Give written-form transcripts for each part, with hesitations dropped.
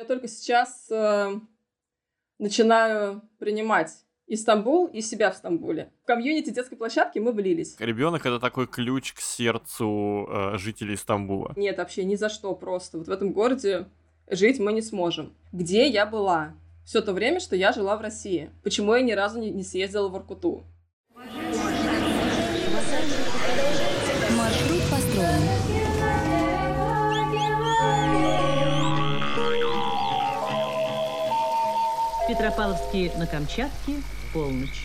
только сейчас начинаю принимать и Стамбул, и себя в Стамбуле. В комьюнити детской площадки мы влились. Ребенок — это такой ключ к сердцу жителей Стамбула. Нет, вообще ни за что просто. Вот в этом городе жить мы не сможем. Где я была все то время, что я жила в России? Почему я ни разу не съездила в Воркуту? Маршрут построен. Петропавловске на Камчатке, полночь.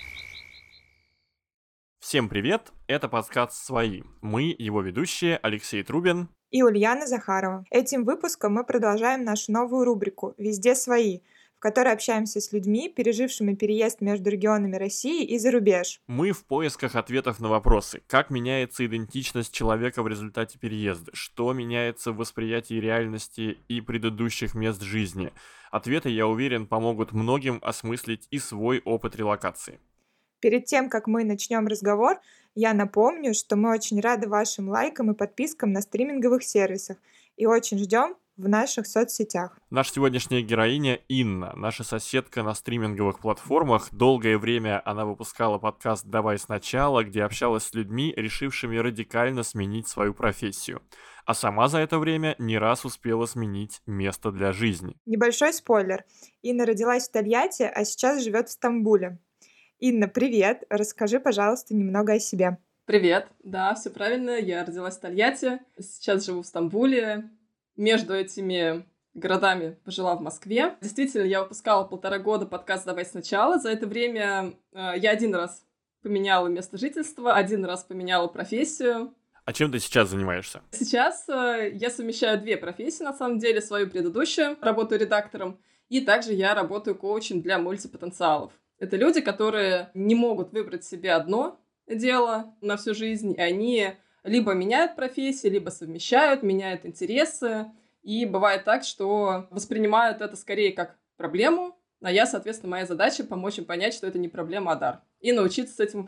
Всем привет, это подкаст «Свои». Мы, его ведущие, Алексей Трубин и Ульяна Захарова. Этим выпуском мы продолжаем нашу новую рубрику «Везде свои», в которой общаемся с людьми, пережившими переезд между регионами России и за рубеж. Мы в поисках ответов на вопросы: как меняется идентичность человека в результате переезда, что меняется в восприятии реальности и предыдущих мест жизни. Ответы, я уверен, помогут многим осмыслить и свой опыт релокации. Перед тем, как мы начнем разговор, я напомню, что мы очень рады вашим лайкам и подпискам на стриминговых сервисах и очень ждем в наших соцсетях. Наша сегодняшняя героиня Инна, наша соседка на стриминговых платформах. Долгое время она выпускала подкаст «Давай сначала», где общалась с людьми, решившими радикально сменить свою профессию. А сама за это время не раз успела сменить место для жизни. Небольшой спойлер. Инна родилась в Тольятти, а сейчас живет в Стамбуле. Инна, привет! Расскажи, пожалуйста, немного о себе. Привет! Да, все правильно. Я родилась в Тольятти, сейчас живу в Стамбуле. Между этими городами пожила в Москве. Действительно, я выпускала 1,5 года подкаст «Давай сначала». За это время я 1 раз поменяла место жительства, 1 раз поменяла профессию. А чем ты сейчас занимаешься? Сейчас я совмещаю 2 профессии, на самом деле. Свою предыдущую, работаю редактором, и также я работаю коучем для мультипотенциалов. Это люди, которые не могут выбрать себе одно дело на всю жизнь, и они либо меняют профессии, либо совмещают, меняют интересы. И бывает так, что воспринимают это скорее как проблему, а я, соответственно, моя задача — помочь им понять, что это не проблема, а дар. И научиться с этим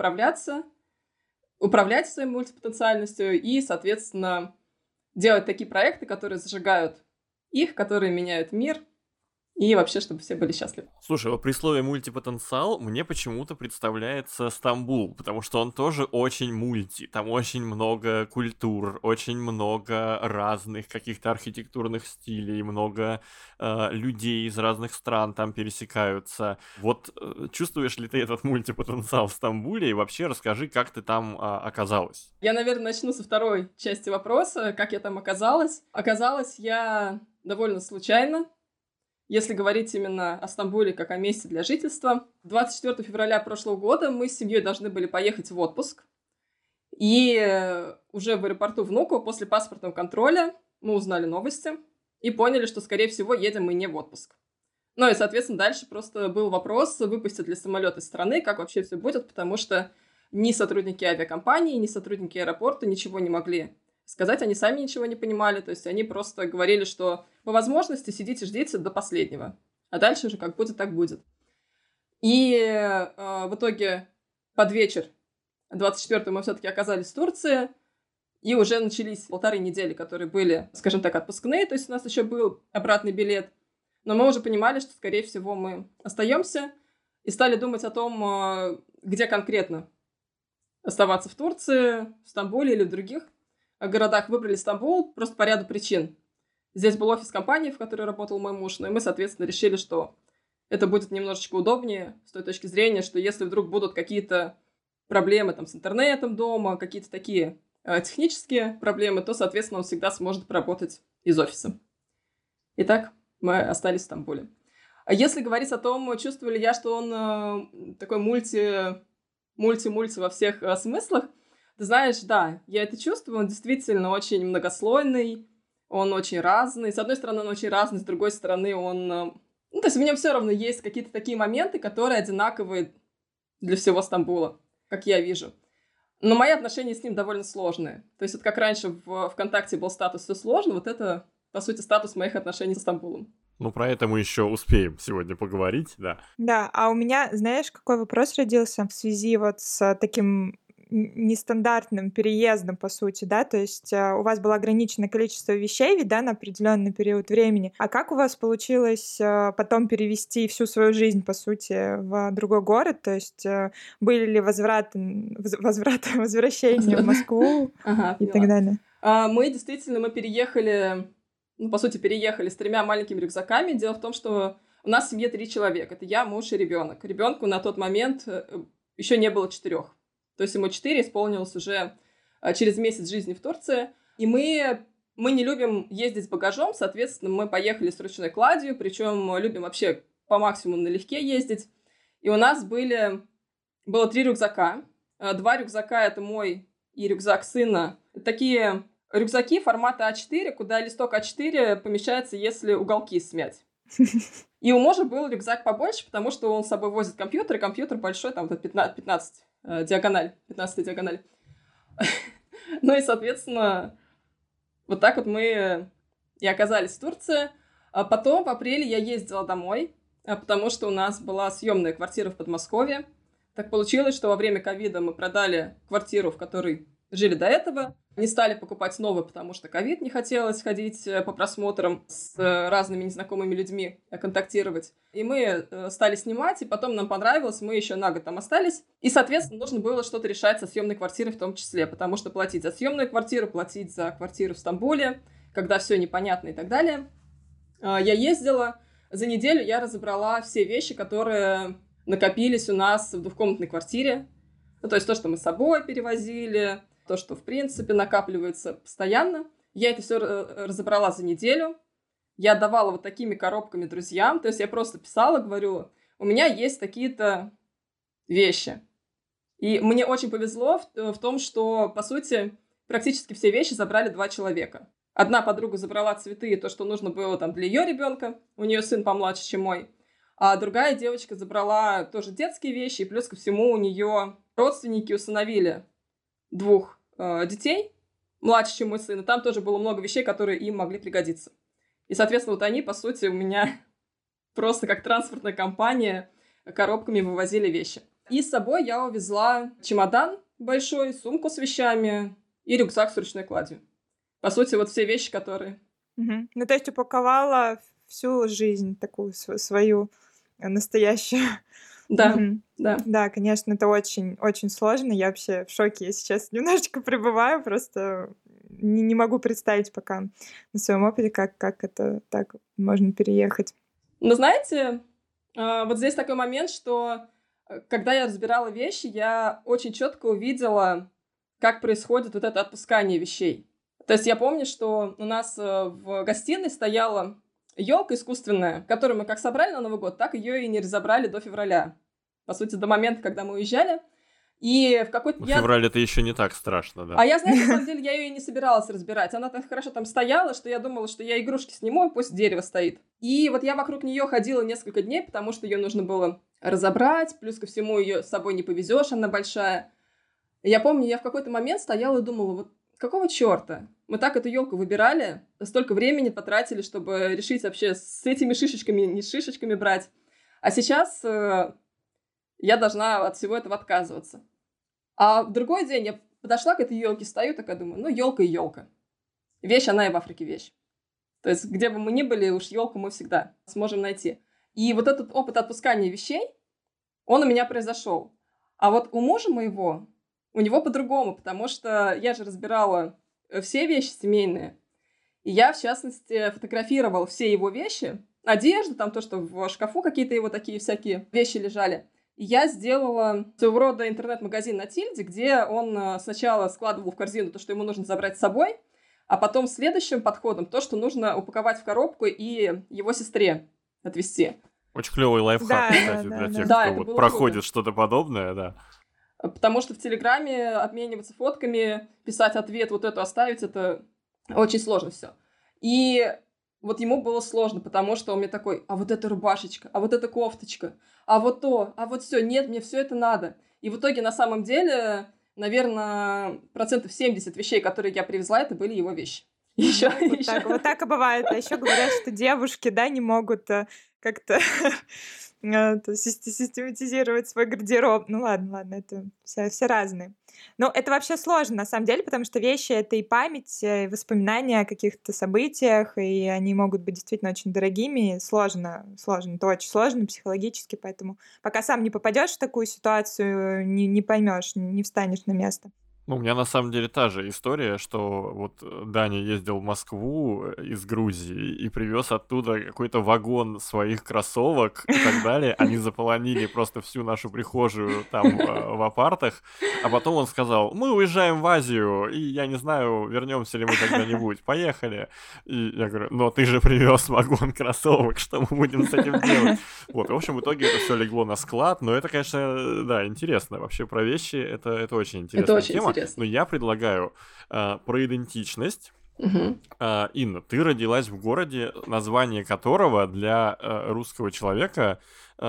управлять своей мультипотенциальностью и, соответственно, делать такие проекты, которые зажигают их, которые меняют мир, и вообще, чтобы все были счастливы. Слушай, вот при слове «мультипотенциал» мне почему-то представляется Стамбул, потому что он тоже очень мульти. Там очень много культур, очень много разных каких-то архитектурных стилей, много людей из разных стран там пересекаются. Вот чувствуешь ли ты этот мультипотенциал в Стамбуле? И вообще расскажи, как ты там оказалась. Я, наверное, начну со второй части вопроса, как я там оказалась. Оказалась я довольно случайно. Если говорить именно о Стамбуле как о месте для жительства, 24 февраля прошлого года мы с семьей должны были поехать в отпуск. И уже в аэропорту Внуково после паспортного контроля мы узнали новости и поняли, что, скорее всего, едем мы не в отпуск. Ну и, соответственно, дальше просто был вопрос, выпустят ли самолет из страны, как вообще все будет, потому что ни сотрудники авиакомпании, ни сотрудники аэропорта ничего не могли сказать, они сами ничего не понимали, то есть они просто говорили, что по возможности сидите, ждите до последнего, а дальше уже как будет, так будет. И в итоге под вечер 24-го мы все-таки оказались в Турции, и уже начались 1,5 недели, которые были, скажем так, отпускные, то есть у нас еще был обратный билет, но мы уже понимали, что, скорее всего, мы остаемся, и стали думать о том, где конкретно оставаться в Турции, в Стамбуле или в других городах. Выбрали Стамбул просто по ряду причин. Здесь был офис компании, в которой работал мой муж, и мы, соответственно, решили, что это будет немножечко удобнее с той точки зрения, что если вдруг будут какие-то проблемы там с интернетом дома, какие-то такие технические проблемы, то, соответственно, он всегда сможет поработать из офиса. Итак, мы остались в Стамбуле. А если говорить о том, чувствую ли я, что он такой мульти во всех смыслах, ты знаешь, да, я это чувствую, он действительно очень многослойный, он очень разный. С одной стороны, он очень разный, с другой стороны, он... то есть в нем все равно есть какие-то такие моменты, которые одинаковые для всего Стамбула, как я вижу. Но мои отношения с ним довольно сложные. То есть вот как раньше в ВКонтакте был статус «все сложно», вот это, по сути, статус моих отношений с Стамбулом. Ну, про это мы еще успеем сегодня поговорить, да. Да, а у меня, знаешь, какой вопрос родился в связи вот с таким нестандартным переездом, по сути, да, то есть у вас было ограниченное количество вещей, ведь, да, на определенный период времени. А как у вас получилось потом перевести всю свою жизнь, по сути, в другой город? То есть были ли возвращения в Москву и так далее? Мы переехали, по сути, переехали с 3 маленькими рюкзаками. Дело в том, что у нас в семье 3 человека. Это я, муж и ребенок. Ребенку на тот момент еще не было 4. То есть ему 4 исполнилось уже через месяц жизни в Турции. И мы не любим ездить с багажом, соответственно, мы поехали с ручной кладью, причем любим вообще по максимуму налегке ездить. И у нас было 3 рюкзака. 2 рюкзака — это мой и рюкзак сына. Такие рюкзаки формата А4, куда листок А4 помещается, если уголки смять. И у мужа был рюкзак побольше, потому что он с собой возит компьютер, и компьютер большой, там 15 диагональ. Ну и, соответственно, вот так вот мы и оказались в Турции. А потом в апреле я ездила домой, потому что у нас была съемная квартира в Подмосковье. Так получилось, что во время ковида мы продали квартиру, в которой жили до этого. Не стали покупать новую, потому что ковид, не хотелось ходить по просмотрам с разными незнакомыми людьми, контактировать. И мы стали снимать, и потом нам понравилось, мы еще на год там остались. И, соответственно, нужно было что-то решать со съемной квартирой в том числе, потому что платить за съемную квартиру, платить за квартиру в Стамбуле, когда все непонятно и так далее. Я ездила, за неделю я разобрала все вещи, которые накопились у нас в двухкомнатной квартире. Ну, то есть то, что мы с собой перевозили, то, что, в принципе, накапливается постоянно. Я это все разобрала за неделю. Я отдавала вот такими коробками друзьям. То есть я просто писала, говорю, у меня есть такие-то вещи. И мне очень повезло в том, что, по сути, практически все вещи забрали 2 человека. Одна подруга забрала цветы и то, что нужно было там для ее ребенка. У нее сын помладше, чем мой. А другая девочка забрала тоже детские вещи. И плюс ко всему у нее родственники усыновили 2 детей, младше, чем мой сын, и там тоже было много вещей, которые им могли пригодиться. И, соответственно, вот они, по сути, у меня просто как транспортная компания коробками вывозили вещи. И с собой я увезла чемодан большой, сумку с вещами и рюкзак с ручной кладью. По сути, вот все вещи, которые... Ну, то есть упаковала всю жизнь такую свою настоящую. Да, да. Да, конечно, это очень, очень сложно. Я вообще в шоке. Я сейчас немножечко пребываю, просто не могу представить пока на своем опыте, как это так можно переехать. Но знаете, вот здесь такой момент, что когда я разбирала вещи, я очень четко увидела, как происходит вот это отпускание вещей. То есть я помню, что у нас в гостиной стояла елка искусственная, которую мы как собрали на Новый год, так ее и не разобрали до февраля. По сути, до момента, когда мы уезжали. И в какой-то... Февраль это еще не так страшно, да. А я, знаете, на самом деле, я ее и не собиралась разбирать. Она так хорошо там стояла, что я думала, что я игрушки сниму, и пусть дерево стоит. И вот я вокруг нее ходила несколько дней, потому что ее нужно было разобрать, плюс ко всему ее с собой не повезешь, она большая. И я помню, я в какой-то момент стояла и думала, вот какого черта? Мы так эту елку выбирали, столько времени потратили, чтобы решить вообще с этими шишечками, не с шишечками брать. А сейчас я должна от всего этого отказываться. А в другой день я подошла к этой елке, стою, такая думаю, ну, елка и елка. Вещь, она и в Африке вещь. То есть, где бы мы ни были, уж елку мы всегда сможем найти. И вот этот опыт отпускания вещей, он у меня произошел. А вот у мужа моего, у него по-другому, потому что я же разбирала все вещи семейные. И я, в частности, фотографировала все его вещи, одежду, там то, что в шкафу какие-то его такие всякие вещи лежали. И я сделала своего рода интернет-магазин на Тильде, где он сначала складывал в корзину то, что ему нужно забрать с собой, а потом следующим подходом то, что нужно упаковать в коробку и его сестре отвезти. Очень клевый лайфхак, кстати, для тех, кто вот проходит что-то подобное, да. Потому что в Телеграме обмениваться фотками, писать ответ, вот эту оставить, это очень сложно все. И вот ему было сложно, потому что он мне такой, а вот эта рубашечка, а вот эта кофточка, а вот то, а вот все, нет, мне все это надо. И в итоге, на самом деле, наверное, 70% вещей, которые я привезла, это были его вещи. Вот так и бывает. А еще говорят, что девушки, да, не могут как-то систематизировать свой гардероб. Ну ладно, это все разные. Но это вообще сложно, на самом деле, потому что вещи — это и память, и воспоминания о каких-то событиях, и они могут быть действительно очень дорогими. Сложно, это очень сложно психологически, поэтому пока сам не попадешь в такую ситуацию, не поймешь, не встанешь на место. Ну, у меня на самом деле та же история, что вот Даня ездил в Москву из Грузии и привез оттуда какой-то вагон своих кроссовок и так далее. Они заполонили просто всю нашу прихожую там в апартах. А потом он сказал: мы уезжаем в Азию, и я не знаю, вернемся ли мы когда-нибудь. Поехали. И я говорю: но ты же привез вагон кроссовок, что мы будем с этим делать? Вот, в общем, в итоге это все легло на склад. Но это, конечно, да, интересно. Вообще про вещи это очень интересная тема. Но я предлагаю про идентичность. Инна, ты родилась в городе, название которого для русского человека,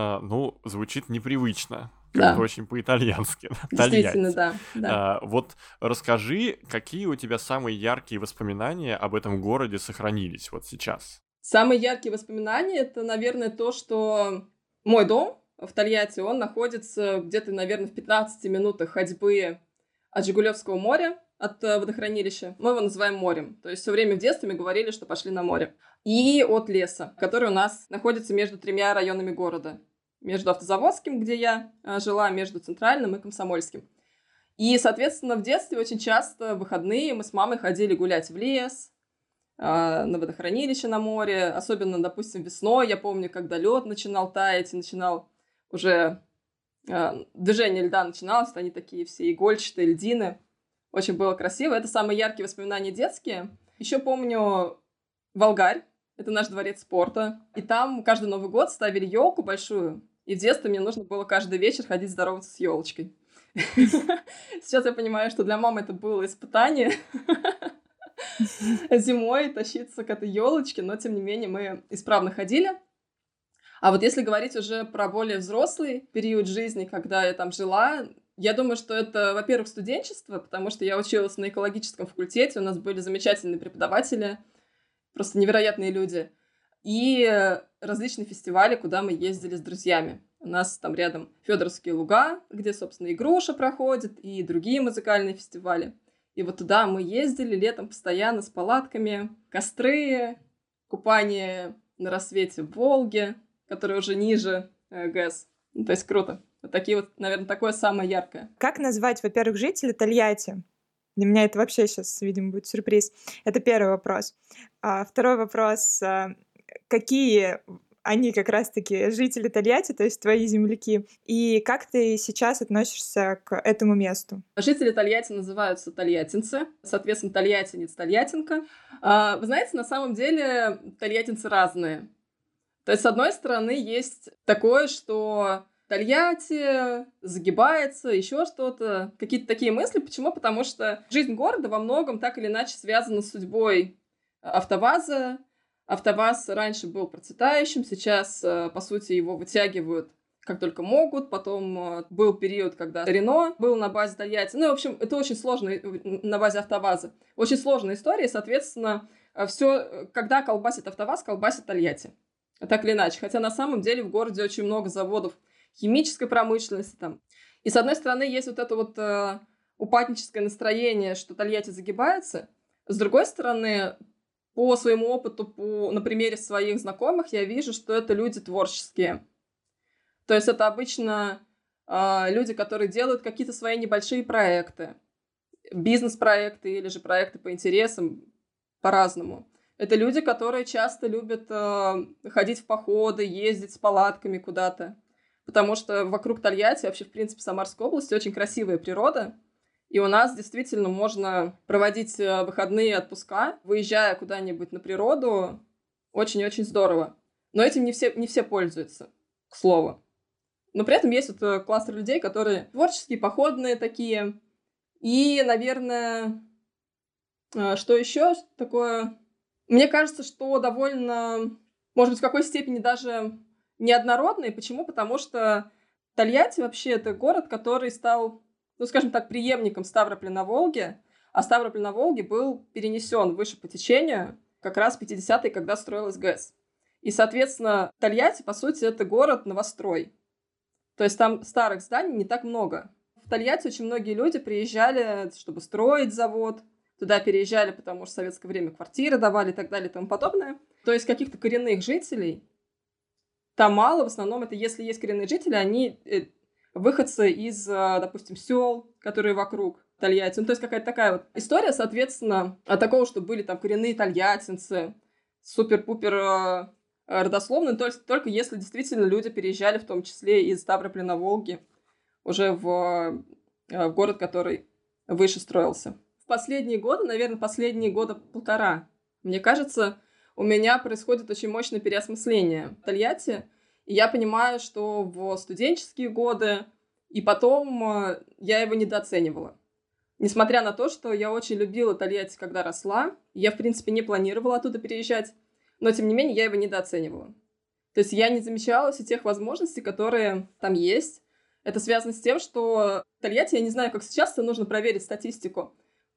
звучит непривычно. Как-то очень по-итальянски. Действительно, да. Вот расскажи, какие у тебя самые яркие воспоминания об этом городе сохранились вот сейчас? Самые яркие воспоминания — это, наверное, то, что мой дом в Тольятти, он находится где-то, наверное, в 15 минутах ходьбы от Жигулевского моря, от водохранилища. Мы его называем морем. То есть все время в детстве мы говорили, что пошли на море. И от леса, который у нас находится между 3 районами города. Между Автозаводским, где я жила, между Центральным и Комсомольским. И, соответственно, в детстве очень часто в выходные мы с мамой ходили гулять в лес, на водохранилище на море. Особенно, допустим, весной. Я помню, когда лед начинал таять и начинал уже... движение льда начиналось, они такие все игольчатые, льдины. Очень было красиво. Это самые яркие воспоминания детские. Еще помню Волгарь. Это наш дворец спорта. И там каждый Новый год ставили елку большую. И в детстве мне нужно было каждый вечер ходить здороваться с елочкой. Сейчас я понимаю, что для мамы это было испытание. Зимой тащиться к этой елочке, но тем не менее мы исправно ходили. А вот если говорить уже про более взрослый период жизни, когда я там жила, я думаю, что это, во-первых, студенчество, потому что я училась на экологическом факультете, у нас были замечательные преподаватели, просто невероятные люди, и различные фестивали, куда мы ездили с друзьями. У нас там рядом Федоровские луга, где, собственно, и Груша проходит, и другие музыкальные фестивали. И вот туда мы ездили летом постоянно с палатками, костры, купание на рассвете в Волге, которая уже ниже ГЭС. То есть круто. Вот такие вот, наверное, такое самое яркое. Как назвать, во-первых, жителей Тольятти? Для меня это вообще сейчас, видимо, будет сюрприз. Это первый вопрос. Второй вопрос. Какие они как раз-таки жители Тольятти, то есть твои земляки? И как ты сейчас относишься к этому месту? Жители Тольятти называются тольяттинцы. Соответственно, тольяттинец, тольяттинка. Вы знаете, на самом деле тольяттинцы разные. То есть, с одной стороны, есть такое, что Тольятти загибается, еще что-то. Какие-то такие мысли. Почему? Потому что жизнь города во многом так или иначе связана с судьбой АвтоВАЗа. АвтоВАЗ раньше был процветающим, сейчас, по сути, его вытягивают как только могут. Потом был период, когда Рено был на базе Тольятти. Ну, в общем, это очень сложно на базе АвтоВАЗа. Очень сложная история, соответственно, все, когда колбасит АвтоВАЗ, колбасит Тольятти. Так или иначе. Хотя на самом деле в городе очень много заводов химической промышленности там. И с одной стороны есть вот это вот упадническое настроение, что Тольятти загибается. С другой стороны, по своему опыту, на примере своих знакомых, я вижу, что это люди творческие. То есть это обычно люди, которые делают какие-то свои небольшие проекты. Бизнес-проекты или же проекты по интересам, по-разному. Это люди, которые часто любят ходить в походы, ездить с палатками куда-то. Потому что вокруг Тольятти, вообще, в принципе, Самарской области очень красивая природа. И у нас действительно можно проводить выходные отпуска, выезжая куда-нибудь на природу. Очень-очень здорово. Но этим не все пользуются, к слову. Но при этом есть вот кластер людей, которые творческие, походные такие. И, наверное, что еще такое... Мне кажется, что довольно, может быть, в какой степени даже неоднородный. Почему? Потому что Тольятти вообще это город, который стал, ну, скажем так, преемником Ставрополя на Волге. А Ставрополь на Волге был перенесен выше по течению как раз в 50-е, когда строилась ГЭС. И, соответственно, Тольятти, по сути, это город-новострой. То есть там старых зданий не так много. В Тольятти очень многие люди приезжали, чтобы строить завод. Туда переезжали, потому что в советское время квартиры давали и так далее и тому подобное. То есть каких-то коренных жителей там мало. В основном это, если есть коренные жители, они выходцы из, допустим, сел, которые вокруг Тольятти. Ну, то есть какая-то такая вот история, соответственно, от такого, что были там коренные тольяттинцы, супер-пупер родословные, только если действительно люди переезжали, в том числе из Ставрополя на Волге, уже в город, который выше строился. В последние годы, наверное, последние года полтора, мне кажется, у меня происходит очень мощное переосмысление Тольятти, и я понимаю, что в студенческие годы и потом я его недооценивала. Несмотря на то, что я очень любила Тольятти, когда росла, я, в принципе, не планировала оттуда переезжать, но, тем не менее, я его недооценивала. То есть я не замечала все тех возможностей, которые там есть. Это связано с тем, что Тольятти, я не знаю, как сейчас, нужно проверить статистику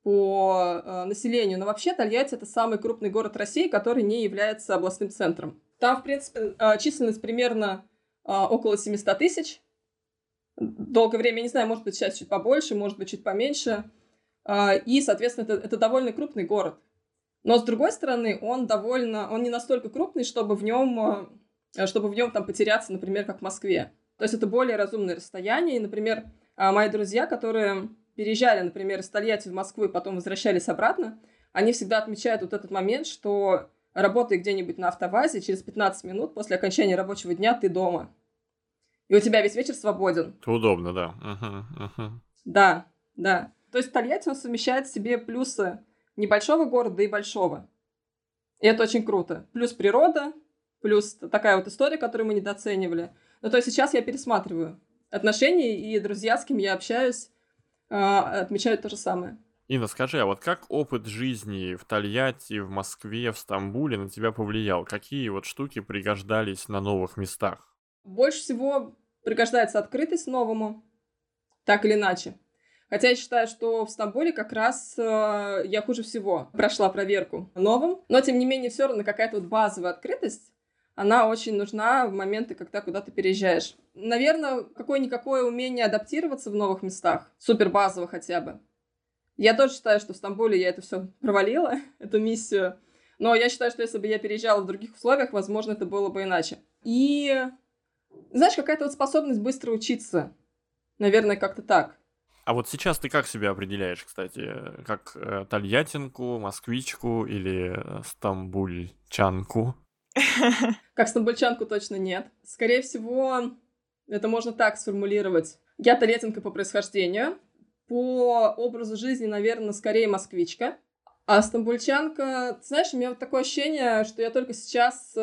по населению, но вообще Тольятти — это самый крупный город России, который не является областным центром. Там, в принципе, численность примерно около 700 тысяч. Долгое время, я не знаю, может быть, сейчас чуть побольше, может быть, чуть поменьше. И, соответственно, это довольно крупный город. Но, с другой стороны, он не настолько крупный, чтобы в нем там потеряться, например, как в Москве. То есть это более разумное расстояние. И, например, мои друзья, которые переезжали, например, из Тольятти в Москву и потом возвращались обратно, они всегда отмечают вот этот момент, что работая где-нибудь на автовазе, через 15 минут после окончания рабочего дня ты дома. И у тебя весь вечер свободен. Это удобно, да. Да. То есть Тольятти, он совмещает в себе плюсы небольшого города и большого. И это очень круто. Плюс природа, плюс такая вот история, которую мы недооценивали. Ну, то есть сейчас я пересматриваю отношения, и друзья, с кем я общаюсь, отмечают то же самое. Инна, скажи, а вот как опыт жизни в Тольятти, в Москве, в Стамбуле на тебя повлиял? Какие вот штуки пригождались на новых местах? Больше всего пригождается открытость новому, так или иначе. Хотя я считаю, что в Стамбуле как раз я хуже всего прошла проверку новым. Но, тем не менее, все равно какая-то вот базовая открытость, она очень нужна в моменты, когда куда-то переезжаешь. Наверное, какое-никакое умение адаптироваться в новых местах, супер базово хотя бы. Я тоже считаю, что в Стамбуле я это все провалила, эту миссию. Но я считаю, что если бы я переезжала в других условиях, возможно, это было бы иначе. И, знаешь, какая-то вот способность быстро учиться. Наверное, как-то так. А вот сейчас ты как себя определяешь, кстати? Как тольяттинку, москвичку или стамбульчанку? Как стамбульчанку точно нет. Скорее всего, это можно так сформулировать. Я тольяттинка по происхождению. По образу жизни, наверное, скорее москвичка. А стамбульчанка... Ты знаешь, у меня вот такое ощущение, что я только сейчас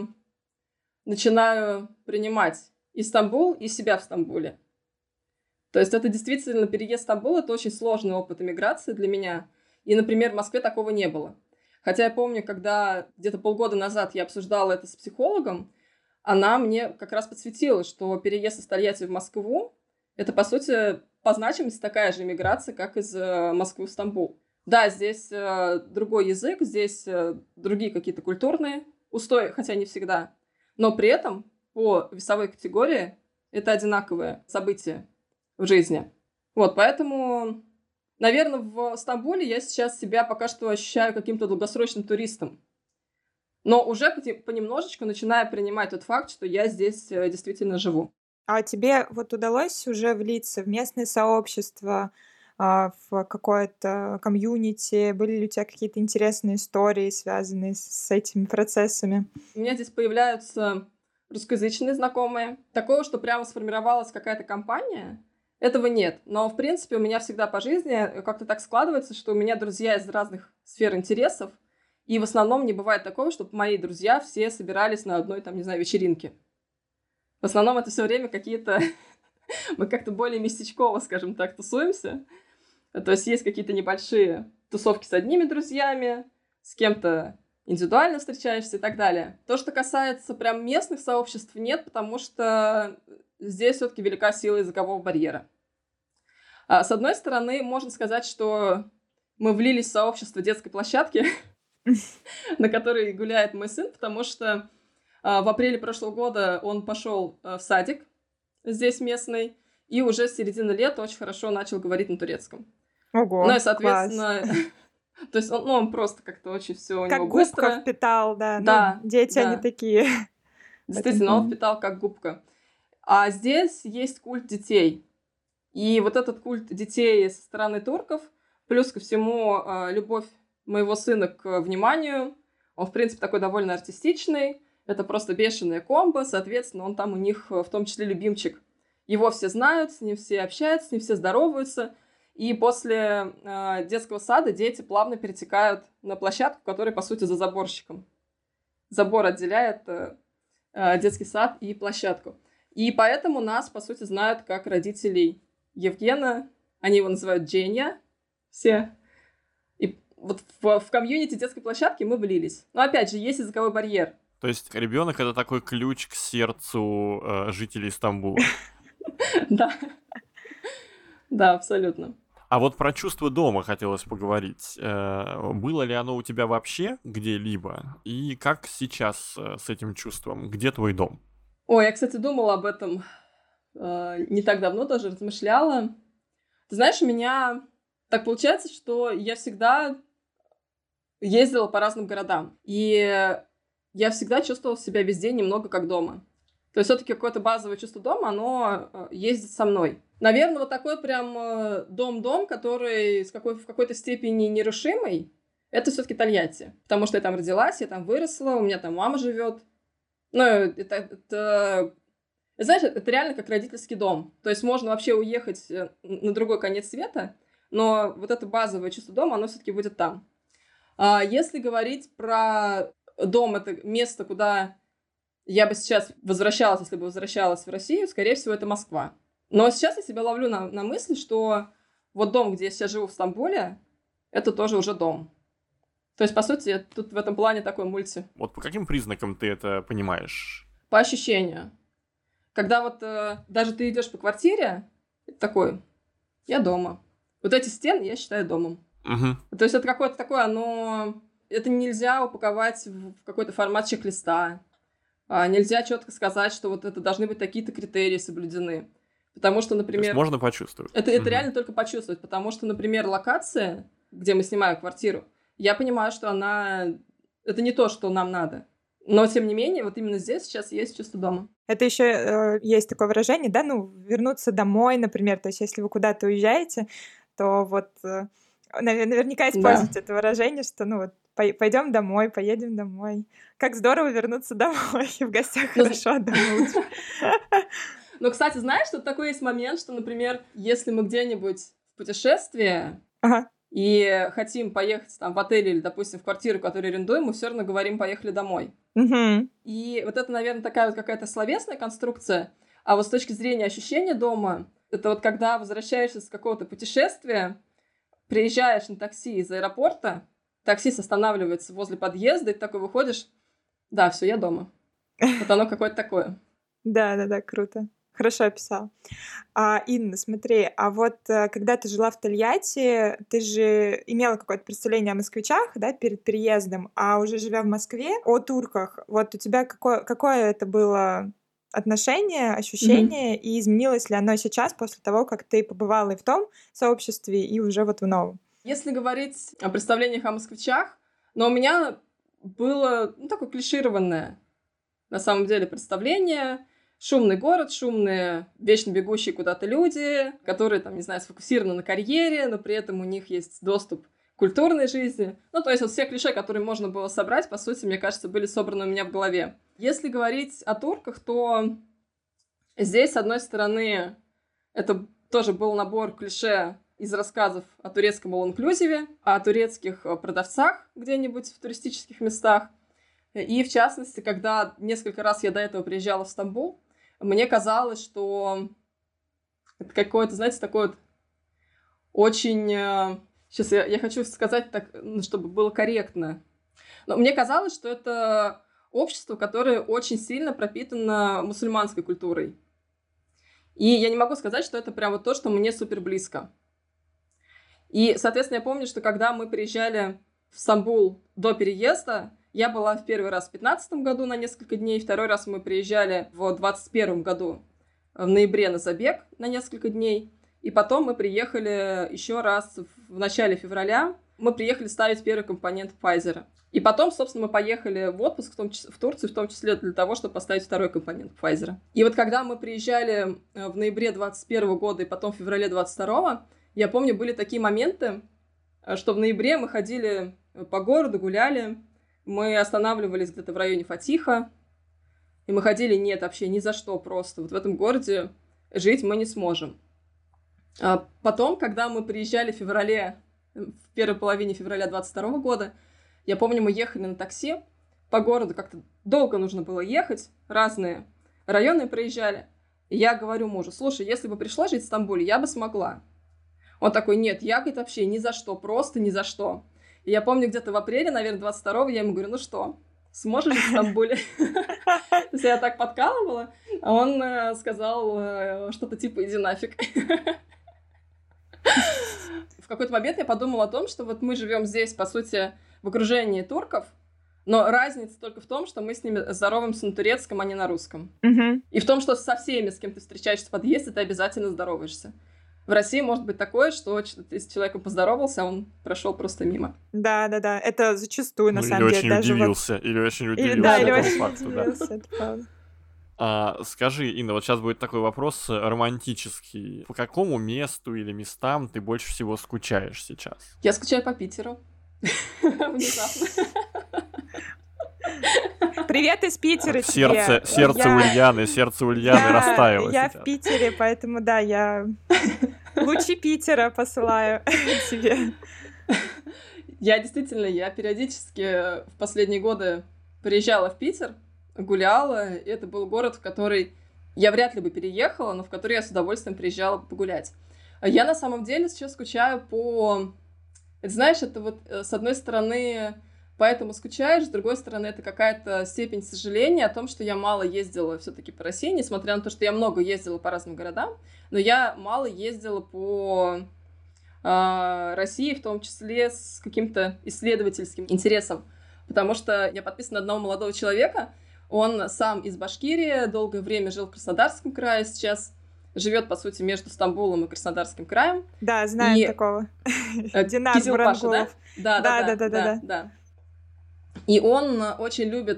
начинаю принимать и Стамбул, и себя в Стамбуле. То есть это действительно переезд в Стамбул — это очень сложный опыт эмиграции для меня. И, например, в Москве такого не было. Хотя я помню, когда где-то полгода назад я обсуждала это с психологом, она мне как раз подсветила, что переезд из Тольятти в Москву — это, по сути, по значимости такая же эмиграция, как из Москвы в Стамбул. Да, здесь другой язык, здесь другие какие-то культурные устои, хотя не всегда. Но при этом по весовой категории это одинаковые события в жизни. Вот, поэтому, наверное, в Стамбуле я сейчас себя пока что ощущаю каким-то долгосрочным туристом. Но уже понемножечку начинаю принимать тот факт, что я здесь действительно живу. А тебе вот удалось уже влиться в местное сообщество, в какое-то комьюнити? Были ли у тебя какие-то интересные истории, связанные с этими процессами? У меня здесь появляются русскоязычные знакомые. Такого, что прямо сформировалась какая-то компания, этого нет. Но, в принципе, у меня всегда по жизни как-то так складывается, что у меня друзья из разных сфер интересов, и в основном не бывает такого, чтобы мои друзья все собирались на одной, там, не знаю, вечеринке. В основном это все время какие-то... Мы как-то более местечково, скажем так, тусуемся. То есть есть какие-то небольшие тусовки с одними друзьями, с кем-то индивидуально встречаешься и так далее. То, что касается прям местных сообществ, нет, потому что здесь все-таки велика сила языкового барьера. С одной стороны, можно сказать, что мы влились в сообщество детской площадки, на которой гуляет мой сын, потому что В апреле прошлого года он пошел в садик здесь местный, и уже с середины лета очень хорошо начал говорить на турецком. Ого, Ну и, класс. соответственно, то есть он просто как-то очень все у него Как губка быстро. впитал, да. Да, Дети, они да. такие. Действительно, он впитал как губка. А здесь есть культ детей. И вот этот культ детей со стороны турков, плюс ко всему любовь моего сына к вниманию, он, в принципе, такой довольно артистичный, это просто бешеная комбо, соответственно, он там у них в том числе любимчик. Его все знают, с ним все общаются, с ним все здороваются, и после детского сада дети плавно перетекают на площадку, которая, по сути, за заборщиком. Забор отделяет детский сад и площадку. И поэтому нас, по сути, знают как родителей Евгена. Они его называют Дженья все. И вот в комьюнити детской площадки мы влились. Но опять же, есть языковой барьер. То есть ребенок это такой ключ к сердцу жителей Стамбула. Да. Да, абсолютно. А вот про чувство дома хотелось поговорить. Было ли оно у тебя вообще где-либо? И как сейчас с этим чувством? Где твой дом? Ой, я, кстати, думала об этом не так давно, даже размышляла. Ты знаешь, у меня так получается, что я всегда ездила по разным городам. И я всегда чувствовала себя везде немного как дома. То есть все-таки какое-то базовое чувство дома, оно ездит со мной. Наверное, вот такой прям дом-дом, который в какой-то степени нерушимый, это все-таки Тольятти. Потому что я там родилась, я там выросла, у меня там мама живет. Ну, это знаешь, это реально как родительский дом. То есть можно вообще уехать на другой конец света, но вот это базовое чувство дома, оно все-таки будет там. Если говорить про дом, это место, куда я бы сейчас возвращалась, если бы возвращалась в Россию, скорее всего, это Москва. Но сейчас я себя ловлю на мысли, что вот дом, где я сейчас живу в Стамбуле, это тоже уже дом. То есть, по сути, тут в этом плане такой мульти. Вот по каким признакам ты это понимаешь? По ощущению. Когда вот даже ты идешь по квартире, это такой, я дома. Вот эти стены я считаю домом. Угу. То есть это какое-то такое, это нельзя упаковать в какой-то формат чек-листа. Нельзя четко сказать, что вот это должны быть такие-то критерии соблюдены. Потому что, например... То есть можно почувствовать. Это реально только почувствовать. Потому что, например, локация, где мы снимаем квартиру, я понимаю, что это не то, что нам надо. Но, тем не менее, вот именно здесь сейчас есть чувство дома. Это еще есть такое выражение, да, вернуться домой, например. То есть если вы куда-то уезжаете, то вот наверняка используйте это выражение, что пойдем домой, поедем домой. Как здорово вернуться домой, в гостях хорошо, а дома лучше. Ну, кстати, знаешь, тут такой есть момент, что, например, если мы где-нибудь в путешествии и хотим поехать там в отель или, допустим, в квартиру, которую арендуем, мы все равно говорим «поехали домой». И вот это, наверное, такая вот какая-то словесная конструкция. А вот с точки зрения ощущения дома, это вот когда возвращаешься с какого-то путешествия, приезжаешь на такси из аэропорта, таксист останавливается возле подъезда, и ты такой выходишь, да, все, я дома. Вот оно какое-то такое. Да, круто. Хорошо описал. Инна, смотри, а вот когда ты жила в Тольятти, ты же имела какое-то представление о москвичах, да, перед переездом, а уже живя в Москве, о турках, вот у тебя какое это было отношение, ощущение, и изменилось ли оно сейчас после того, как ты побывала и в том сообществе, и уже вот в новом? Если говорить о представлениях о москвичах, но у меня было такое клишированное, на самом деле, представление. Шумный город, шумные, вечно бегущие куда-то люди, которые, там, не знаю, сфокусированы на карьере, но при этом у них есть доступ к культурной жизни. Ну, то есть вот все клише, которые можно было собрать, по сути, мне кажется, были собраны у меня в голове. Если говорить о турках, то здесь, с одной стороны, это тоже был набор клише из рассказов о турецком all-inclusive, о турецких продавцах где-нибудь в туристических местах. И, в частности, когда несколько раз я до этого приезжала в Стамбул, мне казалось, что это какое-то, знаете, такое вот очень... Сейчас я хочу сказать так, чтобы было корректно. Но мне казалось, что это общество, которое очень сильно пропитано мусульманской культурой. И я не могу сказать, что это прям вот то, что мне супер близко. И, соответственно, я помню, что когда мы приезжали в Стамбул до переезда, Я была в первый раз в 2015 году на несколько дней, второй раз мы приезжали в 2021 году в ноябре на забег на несколько дней, и потом мы приехали еще раз в начале февраля, мы приехали ставить первый компонент Pfizer. И потом, собственно, мы поехали в отпуск, в Турцию, в том числе для того, чтобы поставить второй компонент Pfizer. И вот когда мы приезжали в ноябре 2021 года и потом в феврале 2022, я помню, были такие моменты, что в ноябре мы ходили по городу, гуляли, мы останавливались где-то в районе Фатиха, и мы ходили, нет, вообще ни за что просто. Вот в этом городе жить мы не сможем. А потом, когда мы приезжали в феврале, в первой половине февраля 2022 года, я помню, мы ехали на такси по городу, как-то долго нужно было ехать, разные районы проезжали. И я говорю мужу, слушай, если бы пришла жить в Стамбуле, я бы смогла. Он такой, нет, я, говорит, вообще ни за что, просто ни за что. И я помню, где-то в апреле, наверное, 22-го, я ему говорю, ну что, сможешь жить в Стамбуле? То есть я так подкалывала, а он сказал что-то типа, иди нафиг. В какой-то момент я подумала о том, что вот мы живем здесь, по сути, в окружении турков, но разница только в том, что мы с ними здороваемся на турецком, а не на русском. И в том, что со всеми, с кем ты встречаешься в подъезде, ты обязательно здороваешься. В России может быть такое, что ты с человеком поздоровался, а он прошел просто мимо. Да, это зачастую, на самом деле. Или очень удивился, или очень удивился. Да, или этому очень факту, удивился, это правда. Скажи, Инна, вот сейчас будет такой вопрос романтический. По какому месту или местам ты больше всего скучаешь сейчас? Я скучаю по Питеру. Внезапно. Привет из Питера тебе. Сердце Ульяны растаяло Я сейчас. в Питере, поэтому да, я лучи Питера посылаю тебе. Я периодически в последние годы приезжала в Питер, гуляла, и это был город, в который я вряд ли бы переехала, но в который я с удовольствием приезжала погулять. Я на самом деле сейчас скучаю по... Знаешь, это вот с одной стороны... Поэтому скучаешь, с другой стороны, это какая-то степень сожаления о том, что я мало ездила все-таки по России, несмотря на то, что я много ездила по разным городам, но я мало ездила по России, в том числе с каким-то исследовательским интересом, потому что я подписана на одного молодого человека, он сам из Башкирии, долгое время жил в Краснодарском крае, сейчас живет, по сути, между Стамбулом и Краснодарским краем. Да, знаю такого. Динар Бурангулов. Да. И он очень любит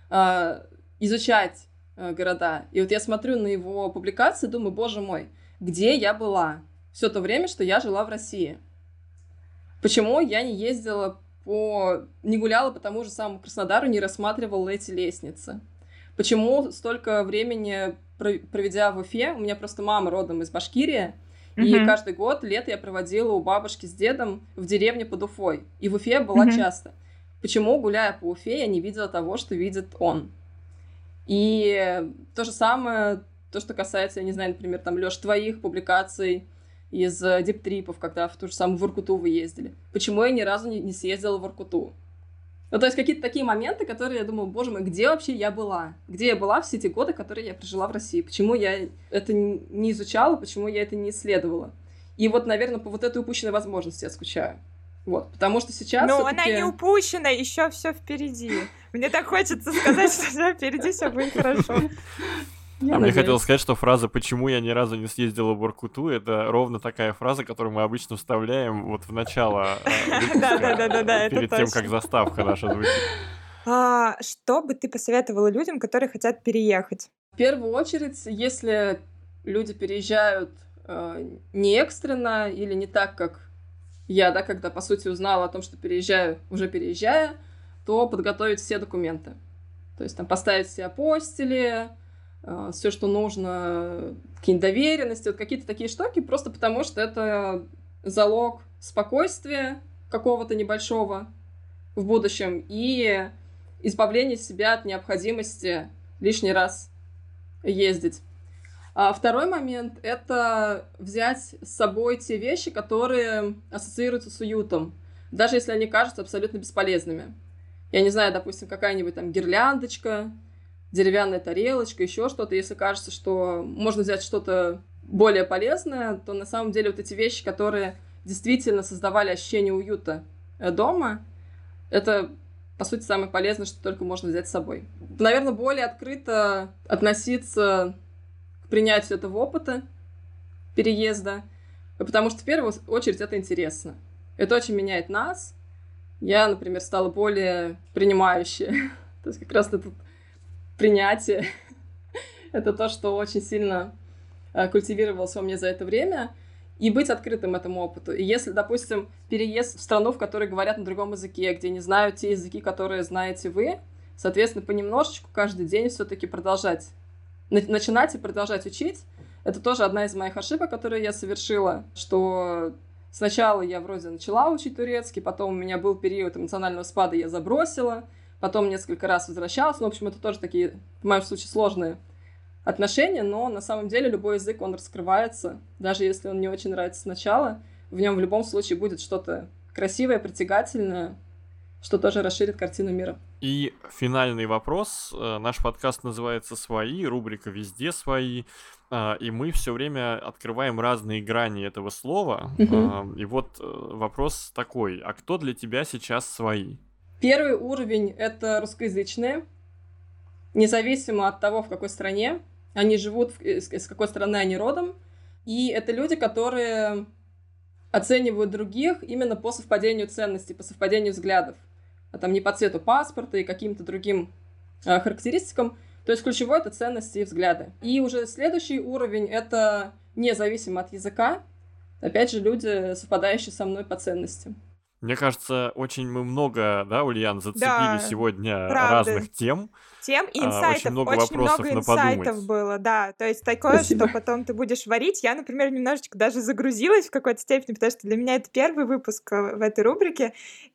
изучать города. И вот я смотрю на его публикации, думаю, боже мой, где я была все то время, что я жила в России? Почему я не ездила не гуляла по тому же самому Краснодару, не рассматривала эти лестницы? Почему столько времени, проведя в Уфе, у меня просто мама родом из Башкирии, и каждый год лето я проводила у бабушки с дедом в деревне под Уфой. И в Уфе была часто. Почему, гуляя по Уфе, я не видела того, что видит он? И то же самое, то, что касается, я не знаю, например, там, Лёш, твоих публикаций из диптрипов, когда в ту же самую Воркуту вы ездили. Почему я ни разу не съездила в Воркуту? Ну, то есть какие-то такие моменты, которые я думала, боже мой, где вообще я была? Где я была все эти годы, которые я прожила в России? Почему я это не изучала, почему я это не исследовала? И вот, наверное, по вот этой упущенной возможности я скучаю. Вот, потому что сейчас... Но она не упущена, еще все впереди. Мне так хочется сказать, что впереди все будет хорошо. Мне хотелось сказать, что фраза «почему я ни разу не съездила в Воркуту» — это ровно такая фраза, которую мы обычно вставляем вот в начало выпуска, перед тем, как заставка наша звучит. Что бы ты посоветовала людям, которые хотят переехать? В первую очередь, если люди переезжают не экстренно или не так, как я, да, когда, по сути, узнала о том, что переезжаю, уже переезжая, то подготовить все документы. То есть там поставить все апостили, все, что нужно, какие-нибудь доверенности, вот какие-то такие штуки, просто потому что это залог спокойствия какого-то небольшого в будущем и избавление себя от необходимости лишний раз ездить. А второй момент — это взять с собой те вещи, которые ассоциируются с уютом, даже если они кажутся абсолютно бесполезными. Я не знаю, допустим, какая-нибудь там гирляндочка, деревянная тарелочка, еще что-то. Если кажется, что можно взять что-то более полезное, то на самом деле вот эти вещи, которые действительно создавали ощущение уюта дома, это по сути, самое полезное, что только можно взять с собой. Наверное, более открыто относиться к принятию этого опыта переезда, потому что в первую очередь это интересно. Это очень меняет нас. Я, например, стала более принимающей. То есть как раз это принятие. Это то, что очень сильно культивировалось во мне за это время. И быть открытым этому опыту. И если, допустим, переезд в страну, в которой говорят на другом языке, где не знают те языки, которые знаете вы, соответственно, понемножечку каждый день все-таки продолжать. Начинать и продолжать учить. Это тоже одна из моих ошибок, которые я совершила, что сначала я вроде начала учить турецкий, потом у меня был период эмоционального спада, я забросила, потом несколько раз возвращалась. Ну, в общем, это тоже такие, в моем случае, сложные отношения, но на самом деле любой язык, он раскрывается, даже если он не очень нравится сначала, в нем в любом случае будет что-то красивое, притягательное, что тоже расширит картину мира. И финальный вопрос. Наш подкаст называется «Свои», рубрика «Везде свои», и мы все время открываем разные грани этого слова. И вот вопрос такой: а кто для тебя сейчас свои? Первый уровень — это русскоязычные, независимо от того, в какой стране они живут, с какой страны они родом. И это люди, которые оценивают других именно по совпадению ценностей, по совпадению взглядов. А там не по цвету паспорта и каким-то другим характеристикам. То есть ключевое — это ценности и взгляды. И уже следующий уровень — это независимо от языка. Опять же, люди, совпадающие со мной по ценностям. Мне кажется, очень мы много, да, Ульян, зацепили сегодня правда. разных тем. Тем и инсайтов. Очень много инсайтов было, да. То есть такое, Спасибо. Что потом ты будешь варить. Я, например, немножечко даже загрузилась в какой-то степени, потому что для меня это первый выпуск в этой рубрике.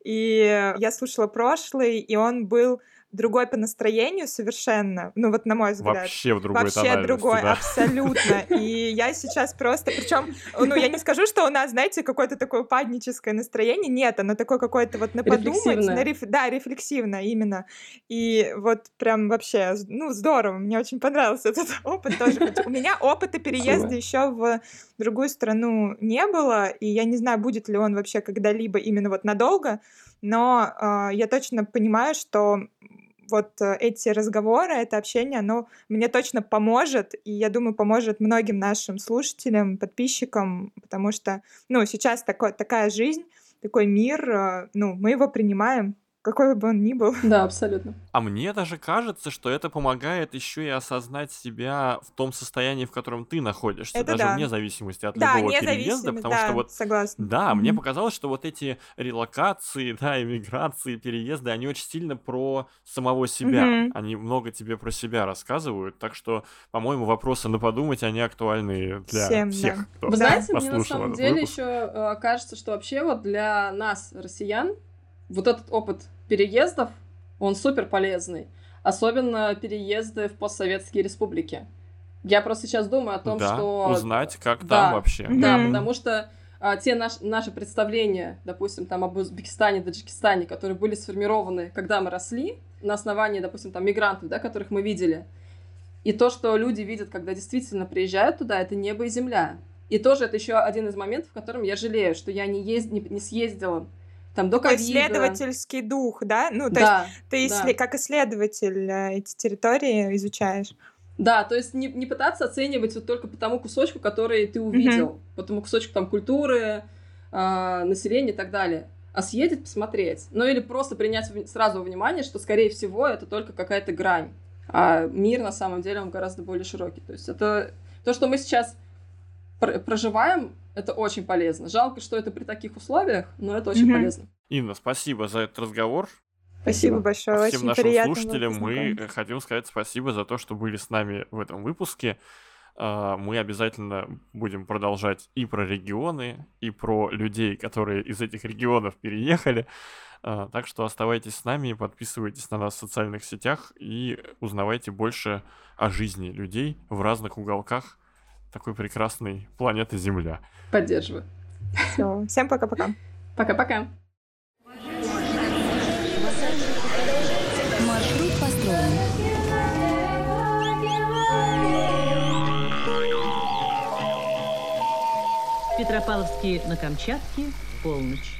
И я слушала прошлый, и он был другой по настроению совершенно, ну вот на мой взгляд. Вообще в другой тональности, Вообще другой, да. Абсолютно. И я сейчас просто, причем, ну я не скажу, что у нас, знаете, какое-то такое упадническое настроение, нет, оно такое какое-то вот на подумать, да, рефлексивно именно. И вот прям вообще, ну здорово, мне очень понравился этот опыт тоже. Хотя у меня опыта переезда еще в другую страну не было, и я не знаю, будет ли он вообще когда-либо именно вот надолго, но я точно понимаю, что вот эти разговоры, это общение, оно мне точно поможет, и я думаю, поможет многим нашим слушателям, подписчикам, потому что, ну, сейчас такая жизнь, такой мир, ну, мы его принимаем, какой бы он ни был. Да, абсолютно. А мне даже кажется, что это помогает еще и осознать себя в том состоянии, в котором ты находишься, это даже вне зависимости от любого переезда, потому что вот, согласна. Да, мне показалось, что вот эти релокации, да, эмиграции, переезды, они очень сильно про самого себя, они много тебе про себя рассказывают, так что, по-моему, вопросы на подумать, они актуальны для всех, кто Вы знаете, мне на этот самом деле выпуск. еще кажется, что вообще вот для нас, россиян, вот этот опыт переездов, он супер полезный. Особенно переезды в постсоветские республики. Я просто сейчас думаю о том, что... узнать, как там вообще. Да, потому что те наши представления, допустим, там об Узбекистане, Таджикистане, которые были сформированы, когда мы росли, на основании, допустим, там мигрантов, да, которых мы видели, и то, что люди видят, когда действительно приезжают туда, это небо и земля. И тоже это еще один из моментов, в котором я жалею, что я не съездила там до ковида. Исследовательский дух, да? Ну, то есть ты как исследователь эти территории изучаешь. Да, то есть не пытаться оценивать вот только по тому кусочку, который ты увидел, по тому кусочку там культуры, населения и так далее, а съездить, посмотреть. Ну или просто принять сразу внимание, что, скорее всего, это только какая-то грань. А мир, на самом деле, он гораздо более широкий. То есть это то, что мы сейчас проживаем, это очень полезно. Жалко, что это при таких условиях, но это очень полезно. Инна, спасибо за этот разговор. Спасибо большое, всем очень нашим приятно слушателям мы хотим сказать спасибо за то, что были с нами в этом выпуске. Мы обязательно будем продолжать и про регионы, и про людей, которые из этих регионов переехали. Так что оставайтесь с нами, подписывайтесь на нас в социальных сетях и узнавайте больше о жизни людей в разных уголках такой прекрасной планеты Земля. Поддерживаю. Все. Всем пока-пока. Пока-пока. Маршрут построен. В Петропавловске на Камчатке, полночь.